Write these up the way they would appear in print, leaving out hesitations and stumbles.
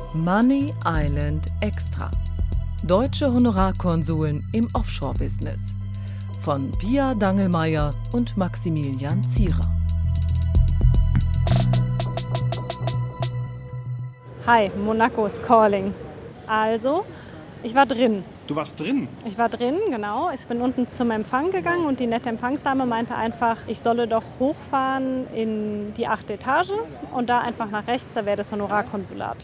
Money Island Extra. Deutsche Honorarkonsuln im Offshore-Business. Von Pia Dangelmeier und Maximilian Zierer. Hi, Monaco is calling. Also, ich war drin. Du warst drin? Ich war drin, genau. Ich bin unten zum Empfang gegangen und die nette Empfangsdame meinte einfach, ich solle doch hochfahren in die 8. Etage und da einfach nach rechts, da wäre das Honorarkonsulat.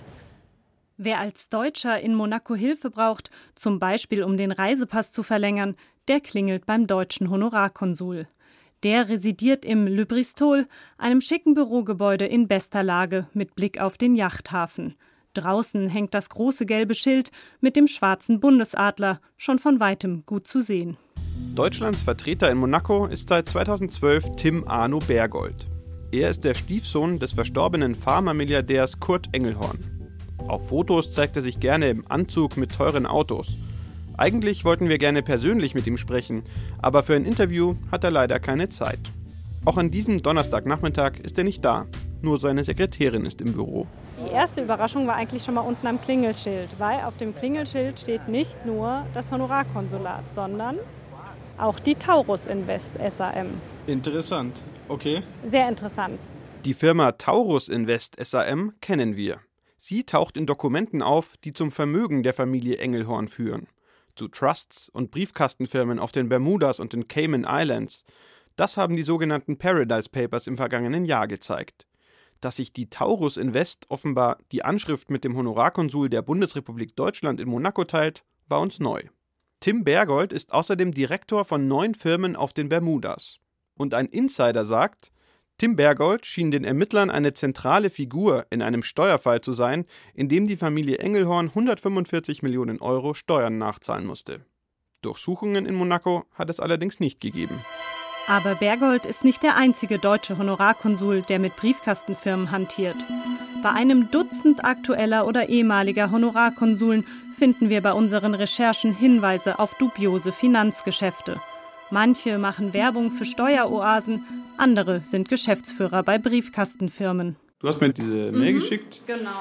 Wer als Deutscher in Monaco Hilfe braucht, zum Beispiel um den Reisepass zu verlängern, der klingelt beim deutschen Honorarkonsul. Der residiert im Le Bristol, einem schicken Bürogebäude in bester Lage mit Blick auf den Yachthafen. Draußen hängt das große gelbe Schild mit dem schwarzen Bundesadler, schon von weitem gut zu sehen. Deutschlands Vertreter in Monaco ist seit 2012 Tim Arno Bergold. Er ist der Stiefsohn des verstorbenen Pharma-Milliardärs Kurt Engelhorn. Auf Fotos zeigt er sich gerne im Anzug mit teuren Autos. Eigentlich wollten wir gerne persönlich mit ihm sprechen, aber für ein Interview hat er leider keine Zeit. Auch an diesem Donnerstagnachmittag ist er nicht da, nur seine Sekretärin ist im Büro. Die erste Überraschung war eigentlich schon mal unten am Klingelschild, weil auf dem Klingelschild steht nicht nur das Honorarkonsulat, sondern auch die Taurus Invest SAM. Interessant, okay. Sehr interessant. Die Firma Taurus Invest SAM kennen wir. Sie taucht in Dokumenten auf, die zum Vermögen der Familie Engelhorn führen. Zu Trusts und Briefkastenfirmen auf den Bermudas und den Cayman Islands. Das haben die sogenannten Paradise Papers im vergangenen Jahr gezeigt. Dass sich die Taurus Invest offenbar die Anschrift mit dem Honorarkonsul der Bundesrepublik Deutschland in Monaco teilt, war uns neu. Tim Bergold ist außerdem Direktor von 9 Firmen auf den Bermudas. Und ein Insider sagt, Tim Bergold schien den Ermittlern eine zentrale Figur in einem Steuerfall zu sein, in dem die Familie Engelhorn 145 Millionen Euro Steuern nachzahlen musste. Durchsuchungen in Monaco hat es allerdings nicht gegeben. Aber Bergold ist nicht der einzige deutsche Honorarkonsul, der mit Briefkastenfirmen hantiert. Bei einem Dutzend aktueller oder ehemaliger Honorarkonsuln finden wir bei unseren Recherchen Hinweise auf dubiose Finanzgeschäfte. Manche machen Werbung für Steueroasen, andere sind Geschäftsführer bei Briefkastenfirmen. Du hast mir diese Mail geschickt.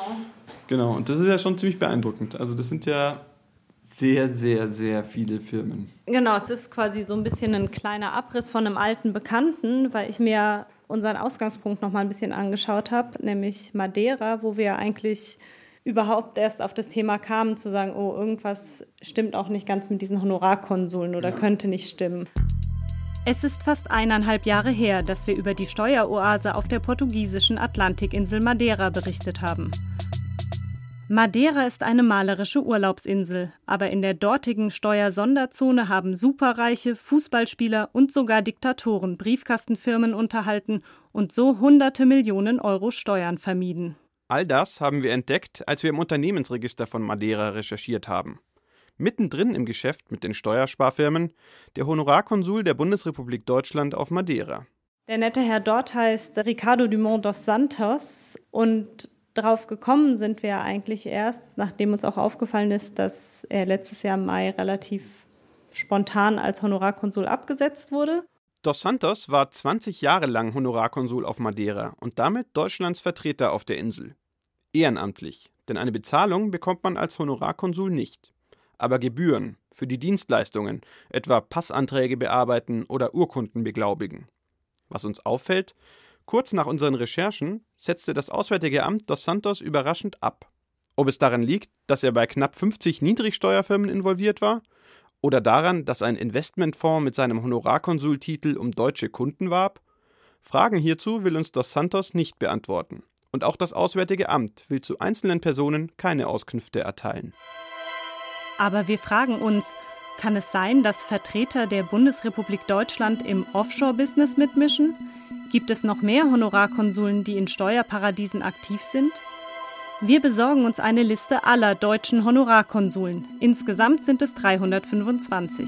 Genau, und das ist ja schon ziemlich beeindruckend. Also das sind ja sehr, sehr, sehr viele Firmen. Genau, es ist quasi so ein bisschen ein kleiner Abriss von einem alten Bekannten, weil ich mir unseren Ausgangspunkt noch mal ein bisschen angeschaut habe, nämlich Madeira, wo wir eigentlich überhaupt erst auf das Thema kamen, zu sagen, oh, irgendwas stimmt auch nicht ganz mit diesen Honorarkonsuln oder könnte nicht stimmen. Es ist fast 1,5 Jahre her, dass wir über die Steueroase auf der portugiesischen Atlantikinsel Madeira berichtet haben. Madeira ist eine malerische Urlaubsinsel, aber in der dortigen Steuersonderzone haben Superreiche, Fußballspieler und sogar Diktatoren Briefkastenfirmen unterhalten und so hunderte Millionen Euro Steuern vermieden. All das haben wir entdeckt, als wir im Unternehmensregister von Madeira recherchiert haben. Mittendrin im Geschäft mit den Steuersparfirmen der Honorarkonsul der Bundesrepublik Deutschland auf Madeira. Der nette Herr dort heißt Ricardo Dumont dos Santos und drauf gekommen sind wir eigentlich erst, nachdem uns auch aufgefallen ist, dass er letztes Jahr im Mai relativ spontan als Honorarkonsul abgesetzt wurde. Dos Santos war 20 Jahre lang Honorarkonsul auf Madeira und damit Deutschlands Vertreter auf der Insel. Ehrenamtlich, denn eine Bezahlung bekommt man als Honorarkonsul nicht. Aber Gebühren für die Dienstleistungen, etwa Passanträge bearbeiten oder Urkunden beglaubigen. Was uns auffällt, kurz nach unseren Recherchen setzte das Auswärtige Amt Dos Santos überraschend ab. Ob es daran liegt, dass er bei knapp 50 Niedrigsteuerfirmen involviert war? Oder daran, dass ein Investmentfonds mit seinem Honorarkonsultitel um deutsche Kunden warb? Fragen hierzu will uns Dos Santos nicht beantworten. Und auch das Auswärtige Amt will zu einzelnen Personen keine Auskünfte erteilen. Aber wir fragen uns, kann es sein, dass Vertreter der Bundesrepublik Deutschland im Offshore-Business mitmischen? Gibt es noch mehr Honorarkonsuln, die in Steuerparadiesen aktiv sind? Wir besorgen uns eine Liste aller deutschen Honorarkonsuln. Insgesamt sind es 325.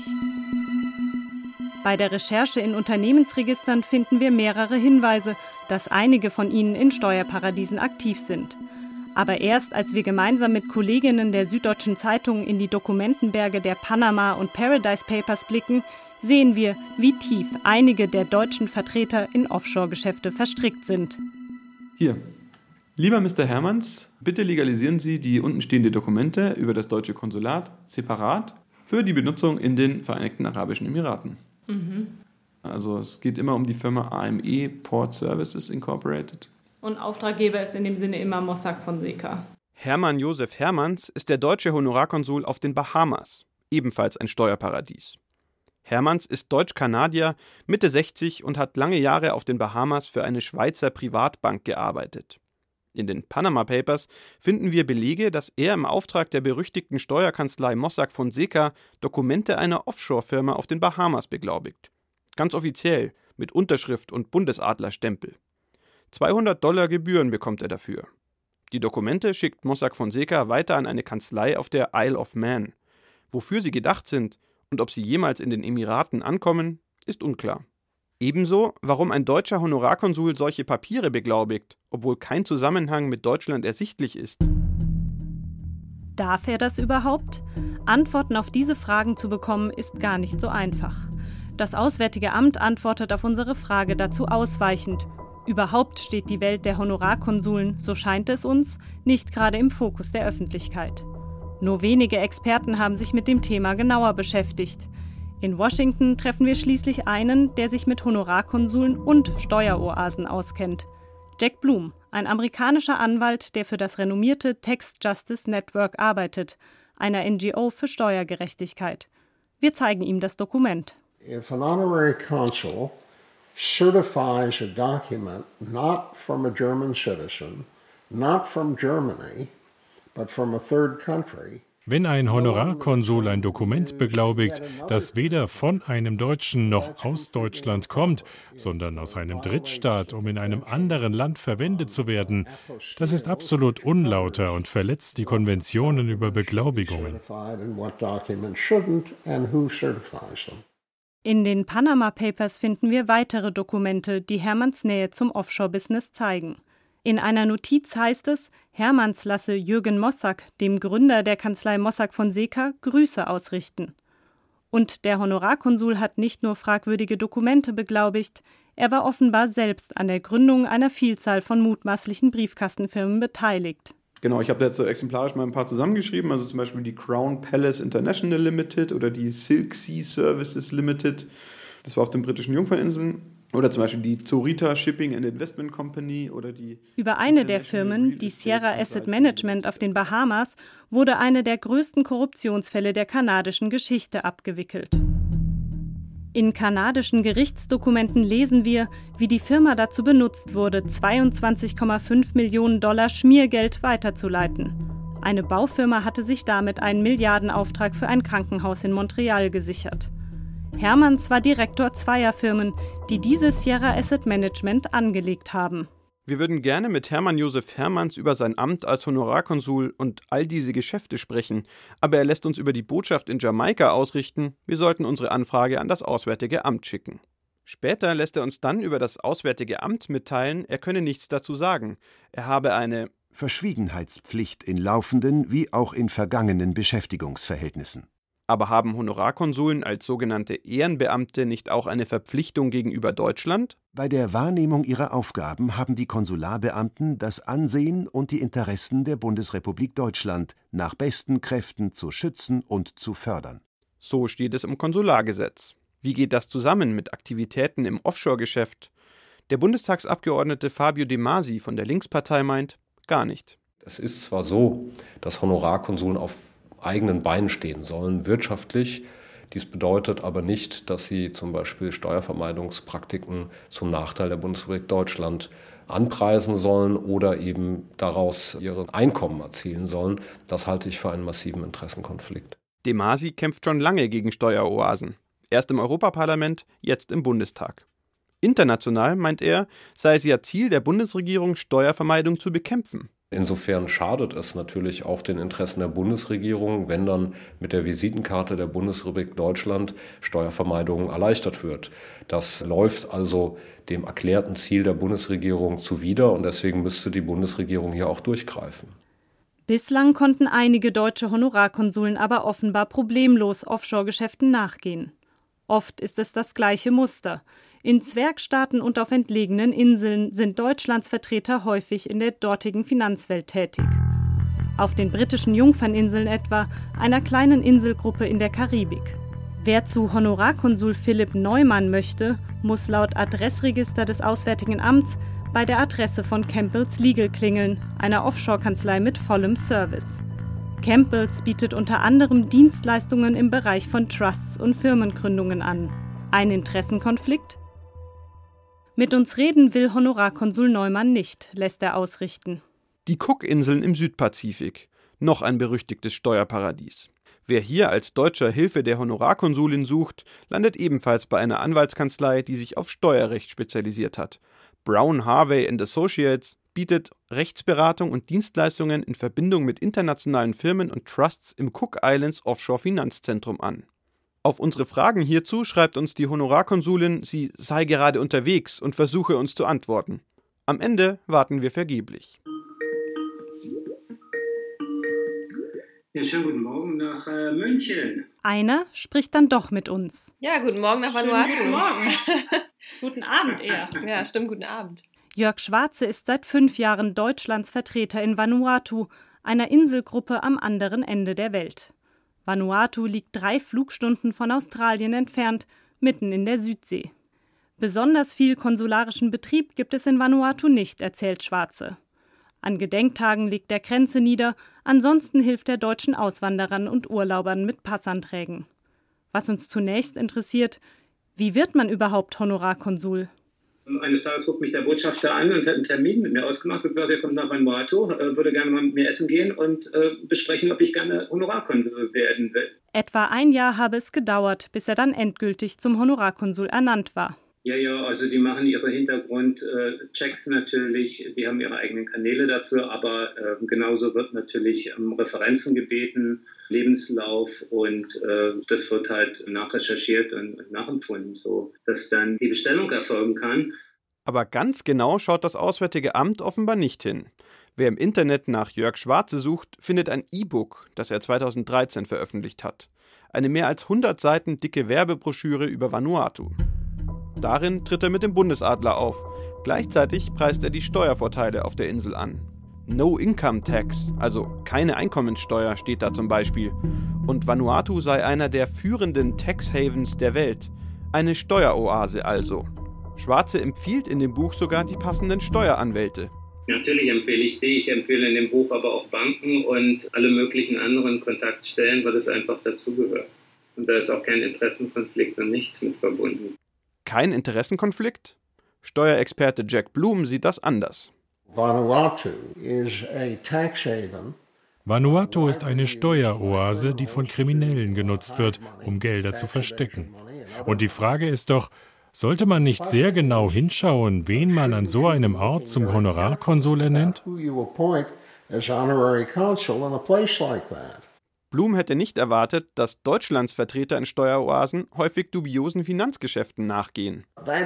Bei der Recherche in Unternehmensregistern finden wir mehrere Hinweise, dass einige von ihnen in Steuerparadiesen aktiv sind. Aber erst als wir gemeinsam mit Kolleginnen der Süddeutschen Zeitung in die Dokumentenberge der Panama- und Paradise Papers blicken, sehen wir, wie tief einige der deutschen Vertreter in Offshore-Geschäfte verstrickt sind. Hier, Lieber Mr. Hermanns, bitte legalisieren Sie die untenstehende Dokumente über das deutsche Konsulat separat für die Benutzung in den Vereinigten Arabischen Emiraten. Also es geht immer um die Firma AME Port Services Incorporated. Und Auftraggeber ist in dem Sinne immer Mossack Fonseca. Hermann Josef Hermanns ist der deutsche Honorarkonsul auf den Bahamas, ebenfalls ein Steuerparadies. Hermanns ist Deutsch-Kanadier, Mitte 60 und hat lange Jahre auf den Bahamas für eine Schweizer Privatbank gearbeitet. In den Panama Papers finden wir Belege, dass er im Auftrag der berüchtigten Steuerkanzlei Mossack Fonseca Dokumente einer Offshore-Firma auf den Bahamas beglaubigt. Ganz offiziell, mit Unterschrift und Bundesadlerstempel. $200 Gebühren bekommt er dafür. Die Dokumente schickt Mossack Fonseca weiter an eine Kanzlei auf der Isle of Man. Wofür sie gedacht sind und ob sie jemals in den Emiraten ankommen, ist unklar. Ebenso, warum ein deutscher Honorarkonsul solche Papiere beglaubigt, obwohl kein Zusammenhang mit Deutschland ersichtlich ist. Darf er das überhaupt? Antworten auf diese Fragen zu bekommen, ist gar nicht so einfach. Das Auswärtige Amt antwortet auf unsere Frage dazu ausweichend. Überhaupt steht die Welt der Honorarkonsuln, so scheint es uns, nicht gerade im Fokus der Öffentlichkeit. Nur wenige Experten haben sich mit dem Thema genauer beschäftigt. In Washington treffen wir schließlich einen, der sich mit Honorarkonsuln und Steueroasen auskennt. Jack Bloom, ein amerikanischer Anwalt, der für das renommierte Tax Justice Network arbeitet, einer NGO für Steuergerechtigkeit. Wir zeigen ihm das Dokument. If an honorary consul certifies a document not from a German citizen, not from Germany, but from a third country. Wenn ein Honorarkonsul ein Dokument beglaubigt, das weder von einem Deutschen noch aus Deutschland kommt, sondern aus einem Drittstaat, um in einem anderen Land verwendet zu werden, das ist absolut unlauter und verletzt die Konventionen über Beglaubigungen. In den Panama Papers finden wir weitere Dokumente, die Hermanns Nähe zum Offshore-Business zeigen. In einer Notiz heißt es, Hermanns lasse Jürgen Mossack, dem Gründer der Kanzlei Mossack Fonseca, Grüße ausrichten. Und der Honorarkonsul hat nicht nur fragwürdige Dokumente beglaubigt, er war offenbar selbst an der Gründung einer Vielzahl von mutmaßlichen Briefkastenfirmen beteiligt. Genau, ich habe jetzt so exemplarisch mal ein paar zusammengeschrieben, also zum Beispiel die Crown Palace International Limited oder die Silk Sea Services Limited, das war auf den britischen Jungferninseln. Oder zum Beispiel die Zorita Shipping and Investment Company oder die... Über eine der Firmen, die Sierra Asset Management auf den Bahamas, wurde eine der größten Korruptionsfälle der kanadischen Geschichte abgewickelt. In kanadischen Gerichtsdokumenten lesen wir, wie die Firma dazu benutzt wurde, $22,5 Millionen Schmiergeld weiterzuleiten. Eine Baufirma hatte sich damit einen Milliardenauftrag für ein Krankenhaus in Montreal gesichert. Hermanns war Direktor zweier Firmen, die diese Sierra Asset Management angelegt haben. Wir würden gerne mit Hermann Josef Hermanns über sein Amt als Honorarkonsul und all diese Geschäfte sprechen, aber er lässt uns über die Botschaft in Jamaika ausrichten, wir sollten unsere Anfrage an das Auswärtige Amt schicken. Später lässt er uns dann über das Auswärtige Amt mitteilen, er könne nichts dazu sagen. Er habe eine Verschwiegenheitspflicht in laufenden wie auch in vergangenen Beschäftigungsverhältnissen. Aber haben Honorarkonsuln als sogenannte Ehrenbeamte nicht auch eine Verpflichtung gegenüber Deutschland? Bei der Wahrnehmung ihrer Aufgaben haben die Konsularbeamten das Ansehen und die Interessen der Bundesrepublik Deutschland nach besten Kräften zu schützen und zu fördern. So steht es im Konsulargesetz. Wie geht das zusammen mit Aktivitäten im Offshore-Geschäft? Der Bundestagsabgeordnete Fabio De Masi von der Linkspartei meint, gar nicht. Es ist zwar so, dass Honorarkonsuln auf eigenen Beinen stehen sollen, wirtschaftlich. Dies bedeutet aber nicht, dass sie zum Beispiel Steuervermeidungspraktiken zum Nachteil der Bundesrepublik Deutschland anpreisen sollen oder eben daraus ihre Einkommen erzielen sollen. Das halte ich für einen massiven Interessenkonflikt. De Masi kämpft schon lange gegen Steueroasen. Erst im Europaparlament, jetzt im Bundestag. International, meint er, sei es ja Ziel der Bundesregierung, Steuervermeidung zu bekämpfen. Insofern schadet es natürlich auch den Interessen der Bundesregierung, wenn dann mit der Visitenkarte der Bundesrepublik Deutschland Steuervermeidung erleichtert wird. Das läuft also dem erklärten Ziel der Bundesregierung zuwider und deswegen müsste die Bundesregierung hier auch durchgreifen. Bislang konnten einige deutsche Honorarkonsuln aber offenbar problemlos Offshore-Geschäften nachgehen. Oft ist es das gleiche Muster. In Zwergstaaten und auf entlegenen Inseln sind Deutschlands Vertreter häufig in der dortigen Finanzwelt tätig. Auf den britischen Jungferninseln etwa, einer kleinen Inselgruppe in der Karibik. Wer zu Honorarkonsul Philipp Neumann möchte, muss laut Adressregister des Auswärtigen Amts bei der Adresse von Campbell's Legal klingeln, einer Offshore-Kanzlei mit vollem Service. Campbell's bietet unter anderem Dienstleistungen im Bereich von Trusts und Firmengründungen an. Ein Interessenkonflikt? Mit uns reden will Honorarkonsul Neumann nicht, lässt er ausrichten. Die Cookinseln im Südpazifik, noch ein berüchtigtes Steuerparadies. Wer hier als Deutscher Hilfe der Honorarkonsulin sucht, landet ebenfalls bei einer Anwaltskanzlei, die sich auf Steuerrecht spezialisiert hat. Brown Harvey & Associates bietet Rechtsberatung und Dienstleistungen in Verbindung mit internationalen Firmen und Trusts im Cook Islands Offshore Finanzzentrum an. Auf unsere Fragen hierzu schreibt uns die Honorarkonsulin, sie sei gerade unterwegs und versuche uns zu antworten. Am Ende warten wir vergeblich. Ja, schönen guten Morgen nach München. Einer spricht dann doch mit uns. Ja, guten Morgen nach Vanuatu. Guten Morgen. Guten Abend eher. Ja, stimmt, guten Abend. Jörg Schwarze ist seit 5 Jahren Deutschlands Vertreter in Vanuatu, einer Inselgruppe am anderen Ende der Welt. Vanuatu liegt 3 Flugstunden von Australien entfernt, mitten in der Südsee. Besonders viel konsularischen Betrieb gibt es in Vanuatu nicht, erzählt Schwarze. An Gedenktagen legt er Kränze nieder, ansonsten hilft er deutschen Auswanderern und Urlaubern mit Passanträgen. Was uns zunächst interessiert, wie wird man überhaupt Honorarkonsul? Eines Tages ruft mich der Botschafter an und hat einen Termin mit mir ausgemacht und sagt, er kommt nach Vanuatu, würde gerne mal mit mir essen gehen und besprechen, ob ich gerne Honorarkonsul werden will. Etwa ein Jahr habe es gedauert, bis er dann endgültig zum Honorarkonsul ernannt war. Ja, also die machen ihre Hintergrundchecks natürlich, die haben ihre eigenen Kanäle dafür, aber genauso wird natürlich Referenzen gebeten, Lebenslauf und das wird halt nachrecherchiert und nachempfunden, so dass dann die Bestellung erfolgen kann. Aber ganz genau schaut das Auswärtige Amt offenbar nicht hin. Wer im Internet nach Jörg Schwarze sucht, findet ein E-Book, das er 2013 veröffentlicht hat. Eine mehr als 100 Seiten dicke Werbebroschüre über Vanuatu. Darin tritt er mit dem Bundesadler auf. Gleichzeitig preist er die Steuervorteile auf der Insel an. No Income Tax, also keine Einkommensteuer, steht da zum Beispiel. Und Vanuatu sei einer der führenden Tax Havens der Welt. Eine Steueroase also. Schwarze empfiehlt in dem Buch sogar die passenden Steueranwälte. Natürlich empfehle ich die. Ich empfehle in dem Buch aber auch Banken und alle möglichen anderen Kontaktstellen, weil es einfach dazugehört. Und da ist auch kein Interessenkonflikt und nichts mit verbunden. Kein Interessenkonflikt? Steuerexperte Jack Blum sieht das anders. Vanuatu is a tax haven. Vanuatu ist eine Steueroase, die von Kriminellen genutzt wird, um Gelder zu verstecken. Und die Frage ist doch, sollte man nicht sehr genau hinschauen, wen man an so einem Ort zum Honorarkonsul ernennt? Blum hätte nicht erwartet, dass Deutschlands Vertreter in Steueroasen häufig dubiosen Finanzgeschäften nachgehen.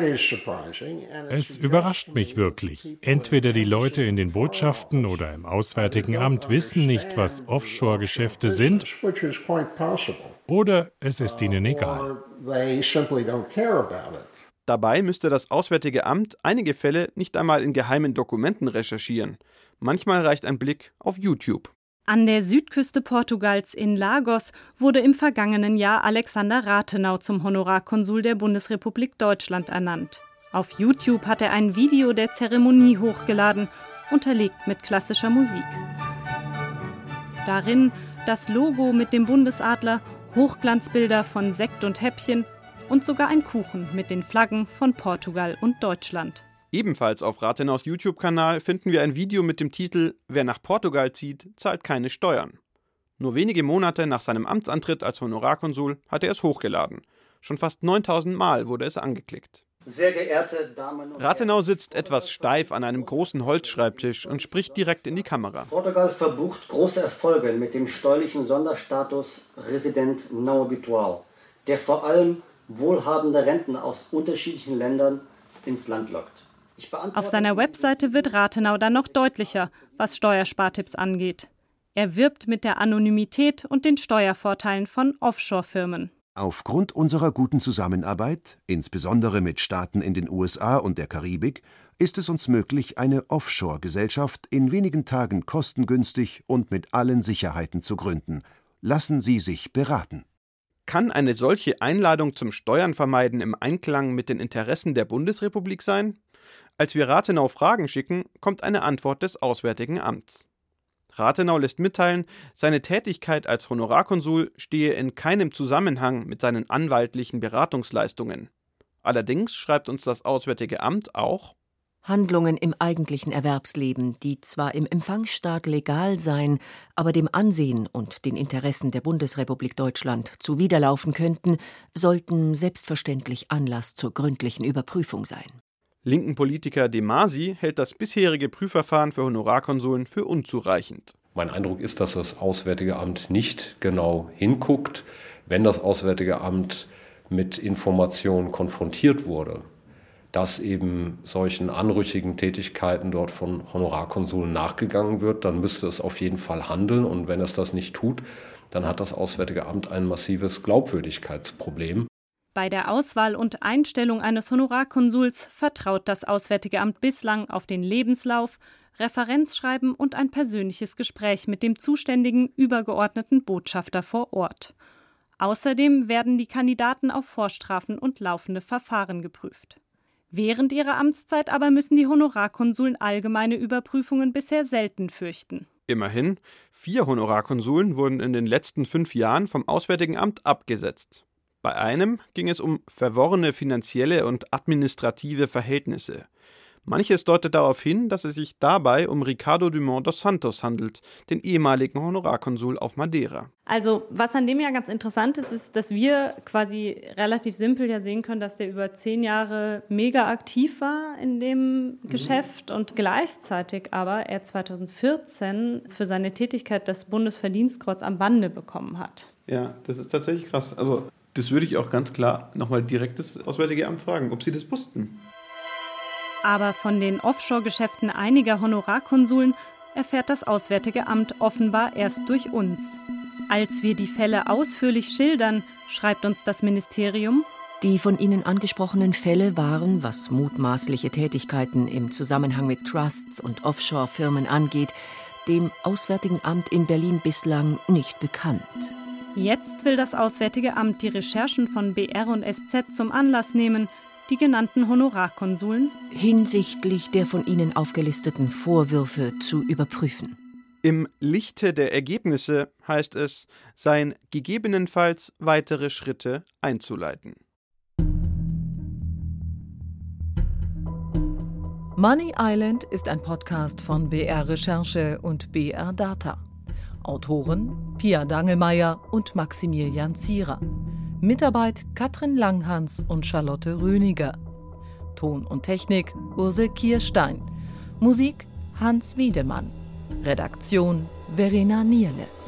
Es überrascht mich wirklich. Entweder die Leute in den Botschaften oder im Auswärtigen Amt wissen nicht, was Offshore-Geschäfte sind, oder es ist ihnen egal. Dabei müsste das Auswärtige Amt einige Fälle nicht einmal in geheimen Dokumenten recherchieren. Manchmal reicht ein Blick auf YouTube. An der Südküste Portugals in Lagos wurde im vergangenen Jahr Alexander Rathenau zum Honorarkonsul der Bundesrepublik Deutschland ernannt. Auf YouTube hat er ein Video der Zeremonie hochgeladen, unterlegt mit klassischer Musik. Darin das Logo mit dem Bundesadler, Hochglanzbilder von Sekt und Häppchen und sogar ein Kuchen mit den Flaggen von Portugal und Deutschland. Ebenfalls auf Rathenaus YouTube-Kanal finden wir ein Video mit dem Titel »Wer nach Portugal zieht, zahlt keine Steuern«. Nur wenige Monate nach seinem Amtsantritt als Honorarkonsul hat er es hochgeladen. Schon fast 9000 Mal wurde es angeklickt. Sehr geehrte Damen und Herren. Rathenau sitzt etwas steif an einem großen Holzschreibtisch und spricht direkt in die Kamera. Portugal verbucht große Erfolge mit dem steuerlichen Sonderstatus Resident non habitual, der vor allem wohlhabende Rentner aus unterschiedlichen Ländern ins Land lockt. Auf seiner Webseite wird Rathenau dann noch deutlicher, was Steuerspartipps angeht. Er wirbt mit der Anonymität und den Steuervorteilen von Offshore-Firmen. Aufgrund unserer guten Zusammenarbeit, insbesondere mit Staaten in den USA und der Karibik, ist es uns möglich, eine Offshore-Gesellschaft in wenigen Tagen kostengünstig und mit allen Sicherheiten zu gründen. Lassen Sie sich beraten. Kann eine solche Einladung zum Steuern vermeiden im Einklang mit den Interessen der Bundesrepublik sein? Als wir Rathenau Fragen schicken, kommt eine Antwort des Auswärtigen Amts. Rathenau lässt mitteilen, seine Tätigkeit als Honorarkonsul stehe in keinem Zusammenhang mit seinen anwaltlichen Beratungsleistungen. Allerdings schreibt uns das Auswärtige Amt auch: Handlungen im eigentlichen Erwerbsleben, die zwar im Empfangsstaat legal seien, aber dem Ansehen und den Interessen der Bundesrepublik Deutschland zuwiderlaufen könnten, sollten selbstverständlich Anlass zur gründlichen Überprüfung sein. Linken Politiker De Masi hält das bisherige Prüfverfahren für Honorarkonsuln für unzureichend. Mein Eindruck ist, dass das Auswärtige Amt nicht genau hinguckt. Wenn das Auswärtige Amt mit Informationen konfrontiert wurde, dass eben solchen anrüchigen Tätigkeiten dort von Honorarkonsuln nachgegangen wird, dann müsste es auf jeden Fall handeln. Und wenn es das nicht tut, dann hat das Auswärtige Amt ein massives Glaubwürdigkeitsproblem. Bei der Auswahl und Einstellung eines Honorarkonsuls vertraut das Auswärtige Amt bislang auf den Lebenslauf, Referenzschreiben und ein persönliches Gespräch mit dem zuständigen übergeordneten Botschafter vor Ort. Außerdem werden die Kandidaten auf Vorstrafen und laufende Verfahren geprüft. Während ihrer Amtszeit aber müssen die Honorarkonsuln allgemeine Überprüfungen bisher selten fürchten. Immerhin, 4 Honorarkonsuln wurden in den letzten 5 Jahren vom Auswärtigen Amt abgesetzt. Bei einem ging es um verworrene finanzielle und administrative Verhältnisse. Manches deutet darauf hin, dass es sich dabei um Ricardo Dumont dos Santos handelt, den ehemaligen Honorarkonsul auf Madeira. Also was an dem ja ganz interessant ist, ist, dass wir quasi relativ simpel ja sehen können, dass der über 10 Jahre mega aktiv war in dem Geschäft und gleichzeitig aber er 2014 für seine Tätigkeit das Bundesverdienstkreuz am Bande bekommen hat. Ja, das ist tatsächlich krass. Also das würde ich auch ganz klar nochmal direkt das Auswärtige Amt fragen, ob sie das wussten. Aber von den Offshore-Geschäften einiger Honorarkonsuln erfährt das Auswärtige Amt offenbar erst durch uns. Als wir die Fälle ausführlich schildern, schreibt uns das Ministerium: Die von Ihnen angesprochenen Fälle waren, was mutmaßliche Tätigkeiten im Zusammenhang mit Trusts und Offshore-Firmen angeht, dem Auswärtigen Amt in Berlin bislang nicht bekannt. Jetzt will das Auswärtige Amt die Recherchen von BR und SZ zum Anlass nehmen, die genannten Honorarkonsuln hinsichtlich der von Ihnen aufgelisteten Vorwürfe zu überprüfen. Im Lichte der Ergebnisse, heißt es, seien gegebenenfalls weitere Schritte einzuleiten. Money Island ist ein Podcast von BR Recherche und BR Data. Autoren Pia Dangelmeier und Maximilian Zierer. Mitarbeit Katrin Langhans und Charlotte Röniger. Ton und Technik Ursel Kierstein. Musik Hans Wiedemann. Redaktion Verena Nierle.